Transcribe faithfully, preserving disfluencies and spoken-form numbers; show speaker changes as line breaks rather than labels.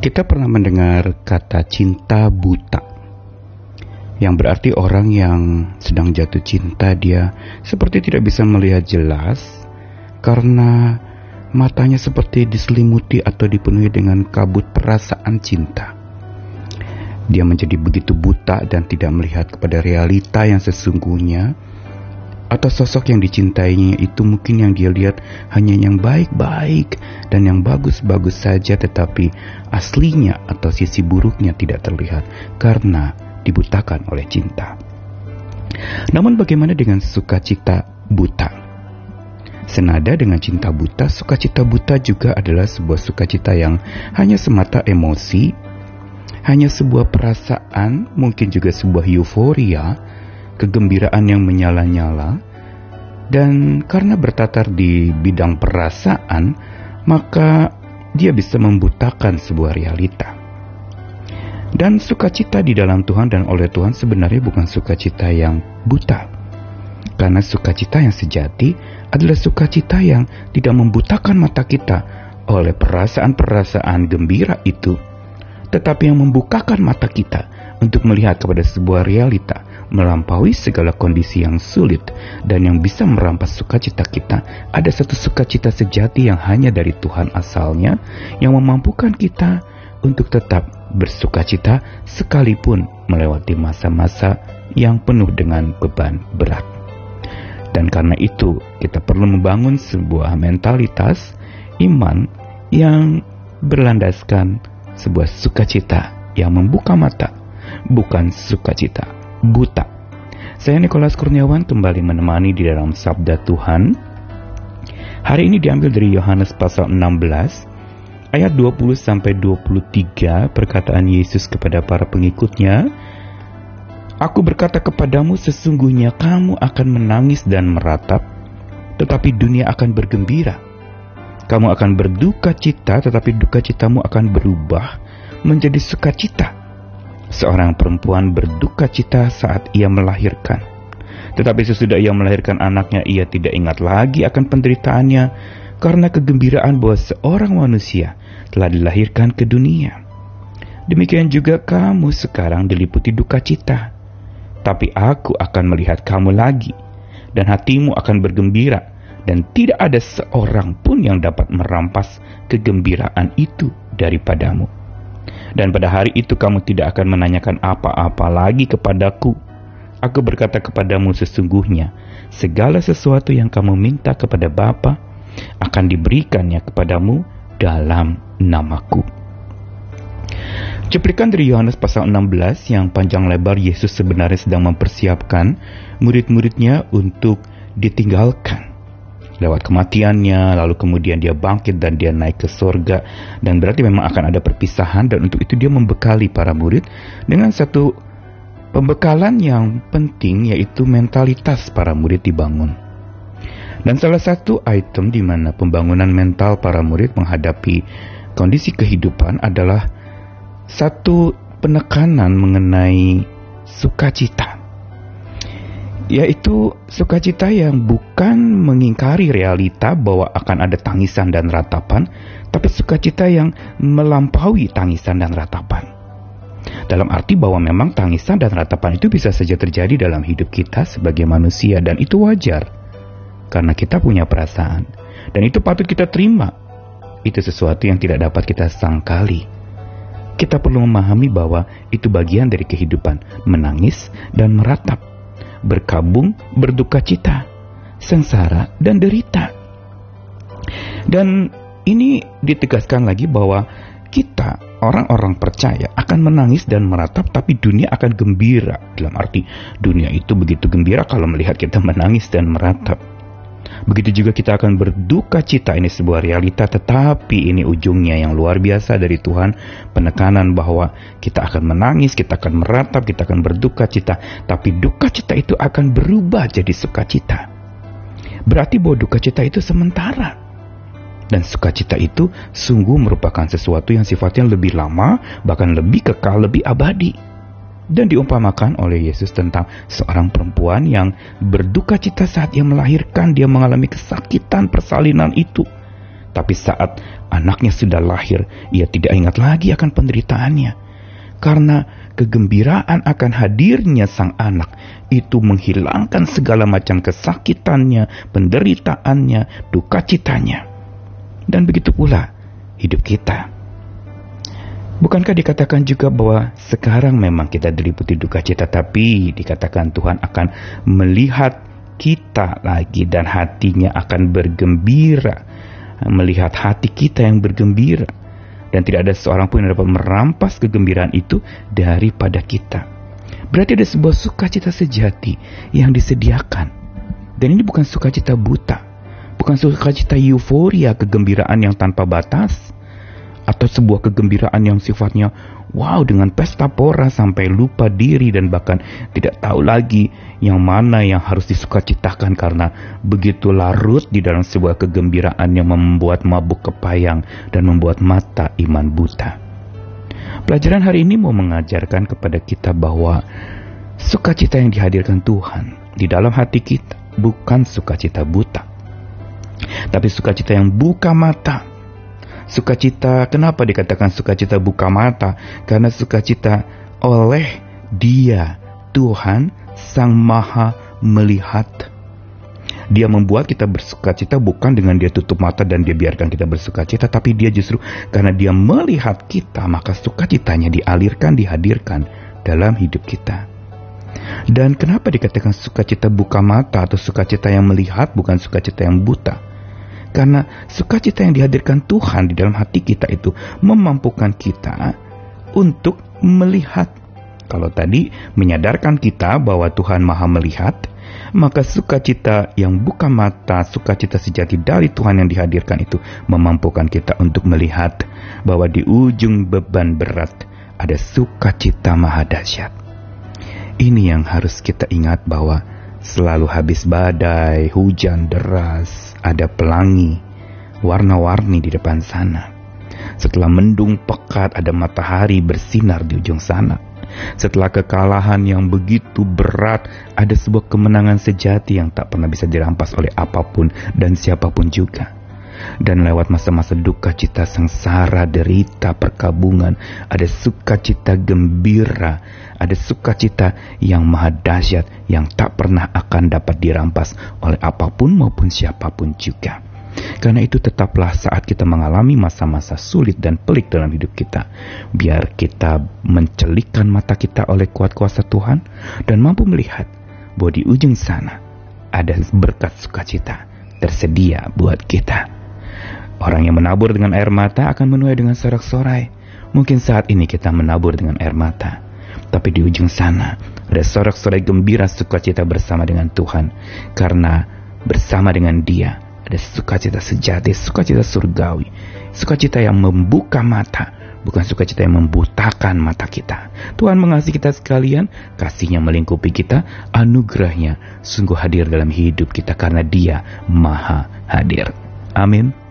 Kita pernah mendengar kata cinta buta, yang berarti orang yang sedang jatuh cinta, dia seperti tidak bisa melihat jelas karena matanya seperti diselimuti atau dipenuhi dengan kabut perasaan cinta. Dia menjadi begitu buta dan tidak melihat kepada realita yang sesungguhnya, atau sosok yang dicintainya itu mungkin yang dia lihat hanya yang baik-baik dan yang bagus-bagus saja, tetapi aslinya atau sisi buruknya tidak terlihat karena dibutakan oleh cinta. Namun bagaimana dengan sukacita buta? Senada dengan cinta buta, sukacita buta juga adalah sebuah sukacita yang hanya semata emosi, hanya sebuah perasaan, mungkin juga sebuah euforia, kegembiraan yang menyala-nyala, dan karena bertatar di bidang perasaan, maka dia bisa membutakan sebuah realita. Dan sukacita di dalam Tuhan dan oleh Tuhan sebenarnya bukan sukacita yang buta, karena sukacita yang sejati adalah sukacita yang tidak membutakan mata kita oleh perasaan-perasaan gembira itu, tetapi yang membukakan mata kita untuk melihat kepada sebuah realita, melampaui segala kondisi yang sulit dan yang bisa merampas sukacita kita. Ada satu sukacita sejati yang hanya dari Tuhan asalnya, yang memampukan kita untuk tetap bersukacita sekalipun melewati masa-masa yang penuh dengan beban berat. Dan karena itu kita perlu membangun sebuah mentalitas iman yang berlandaskan sebuah sukacita yang membuka mata, bukan sukacita buta. Saya Nikolas Kurniawan kembali menemani di dalam Sabda Tuhan. Hari ini diambil dari Yohanes pasal enam belas ayat dua puluh sampai dua puluh tiga, perkataan Yesus kepada para pengikutnya, "Aku berkata kepadamu, sesungguhnya kamu akan menangis dan meratap, tetapi dunia akan bergembira. Kamu akan berduka cita, tetapi duka citamu akan berubah menjadi sukacita. Seorang perempuan berduka cita saat ia melahirkan, tetapi sesudah ia melahirkan anaknya, ia tidak ingat lagi akan penderitaannya, karena kegembiraan bahwa seorang manusia telah dilahirkan ke dunia. Demikian juga kamu sekarang diliputi duka cita, tapi aku akan melihat kamu lagi, dan hatimu akan bergembira, dan tidak ada seorang pun yang dapat merampas kegembiraan itu daripadamu. Dan pada hari itu kamu tidak akan menanyakan apa-apa lagi kepadaku. Aku berkata kepadamu, sesungguhnya segala sesuatu yang kamu minta kepada Bapa akan diberikannya kepadamu dalam namaku." Cuplikan dari Yohanes pasal enam belas yang panjang lebar Yesus sebenarnya sedang mempersiapkan murid-muridnya untuk ditinggalkan lewat kematiannya, lalu kemudian dia bangkit dan dia naik ke sorga, dan berarti memang akan ada perpisahan, dan untuk itu dia membekali para murid dengan satu pembekalan yang penting, yaitu mentalitas para murid dibangun. Dan salah satu item di mana pembangunan mental para murid menghadapi kondisi kehidupan adalah satu penekanan mengenai sukacita, yaitu sukacita yang bukan mengingkari realita bahwa akan ada tangisan dan ratapan, tapi sukacita yang melampaui tangisan dan ratapan. Dalam arti bahwa memang tangisan dan ratapan itu bisa saja terjadi dalam hidup kita sebagai manusia, dan itu wajar karena kita punya perasaan, dan itu patut kita terima. Itu sesuatu yang tidak dapat kita sangkali. Kita perlu memahami bahwa itu bagian dari kehidupan, menangis dan meratap, berkabung, berduka cita, sengsara, dan derita. Dan ini ditegaskan lagi bahwa kita, orang-orang percaya, akan menangis dan meratap, tapi dunia akan gembira. Dalam arti, dunia itu begitu gembira kalau melihat kita menangis dan meratap. Begitu juga kita akan berduka cita. Ini sebuah realita, tetapi ini ujungnya yang luar biasa dari Tuhan, penekanan bahwa kita akan menangis, kita akan meratap, kita akan berduka cita, tapi duka cita itu akan berubah jadi sukacita. Berarti bahwa duka cita itu sementara, dan sukacita itu sungguh merupakan sesuatu yang sifatnya lebih lama, bahkan lebih kekal, lebih abadi. Dan diumpamakan oleh Yesus tentang seorang perempuan yang berduka cita saat ia melahirkan. Dia mengalami kesakitan persalinan itu, Tapi saat anaknya sudah lahir, ia tidak ingat lagi akan penderitaannya. Karena kegembiraan akan hadirnya sang anak itu menghilangkan segala macam kesakitannya, penderitaannya, duka citanya. Dan begitu pula hidup kita. Bukankah dikatakan juga bahwa sekarang memang kita diliputi duka cita, tapi dikatakan Tuhan akan melihat kita lagi dan hatinya akan bergembira, melihat hati kita yang bergembira. Dan tidak ada seorang pun yang dapat merampas kegembiraan itu daripada kita. Berarti ada sebuah sukacita sejati yang disediakan. Dan ini bukan sukacita buta, bukan sukacita euforia, kegembiraan yang tanpa batas, atau sebuah kegembiraan yang sifatnya wow, dengan pesta pora sampai lupa diri dan bahkan tidak tahu lagi yang mana yang harus disukacitakan karena begitu larut di dalam sebuah kegembiraan yang membuat mabuk kepayang dan membuat mata iman buta. Pelajaran hari ini mau mengajarkan kepada kita bahwa sukacita yang dihadirkan Tuhan di dalam hati kita bukan sukacita buta, tapi sukacita yang buka mata. Sukacita, kenapa dikatakan sukacita buka mata? Karena sukacita oleh Dia, Tuhan Sang Maha Melihat. Dia membuat kita bersukacita bukan dengan Dia tutup mata dan Dia biarkan kita bersukacita, tapi Dia justru karena Dia melihat kita, maka sukacitanya dialirkan, dihadirkan dalam hidup kita. Dan kenapa dikatakan sukacita buka mata atau sukacita yang melihat, bukan sukacita yang buta? Karena sukacita yang dihadirkan Tuhan di dalam hati kita itu memampukan kita untuk melihat. Kalau tadi menyadarkan kita bahwa Tuhan Maha Melihat, maka sukacita yang buka mata, sukacita sejati dari Tuhan yang dihadirkan itu memampukan kita untuk melihat bahwa di ujung beban berat ada sukacita maha dahsyat. Ini yang harus kita ingat, bahwa selalu habis badai, hujan deras, ada pelangi, warna-warni di depan sana. Setelah mendung pekat, ada matahari bersinar di ujung sana. Setelah kekalahan yang begitu berat, ada sebuah kemenangan sejati yang tak pernah bisa dirampas oleh apapun dan siapapun juga. Dan lewat masa-masa duka cita, sengsara, derita, perkabungan, ada sukacita gembira, ada sukacita yang maha dahsyat yang tak pernah akan dapat dirampas oleh apapun maupun siapapun juga. Karena itu tetaplah saat kita mengalami masa-masa sulit dan pelik dalam hidup kita, biar kita mencelikkan mata kita oleh kuat kuasa Tuhan dan mampu melihat bahwa di ujung sana ada berkat sukacita tersedia buat kita. Orang yang menabur dengan air mata akan menuai dengan sorak-sorai. Mungkin saat ini kita menabur dengan air mata, tapi di ujung sana ada sorak-sorai gembira sukacita bersama dengan Tuhan. Karena bersama dengan Dia ada sukacita sejati, sukacita surgawi, sukacita yang membuka mata, bukan sukacita yang membutakan mata kita. Tuhan mengasihi kita sekalian, kasih-Nya melingkupi kita, anugerah-Nya sungguh hadir dalam hidup kita karena Dia Maha Hadir. Amin.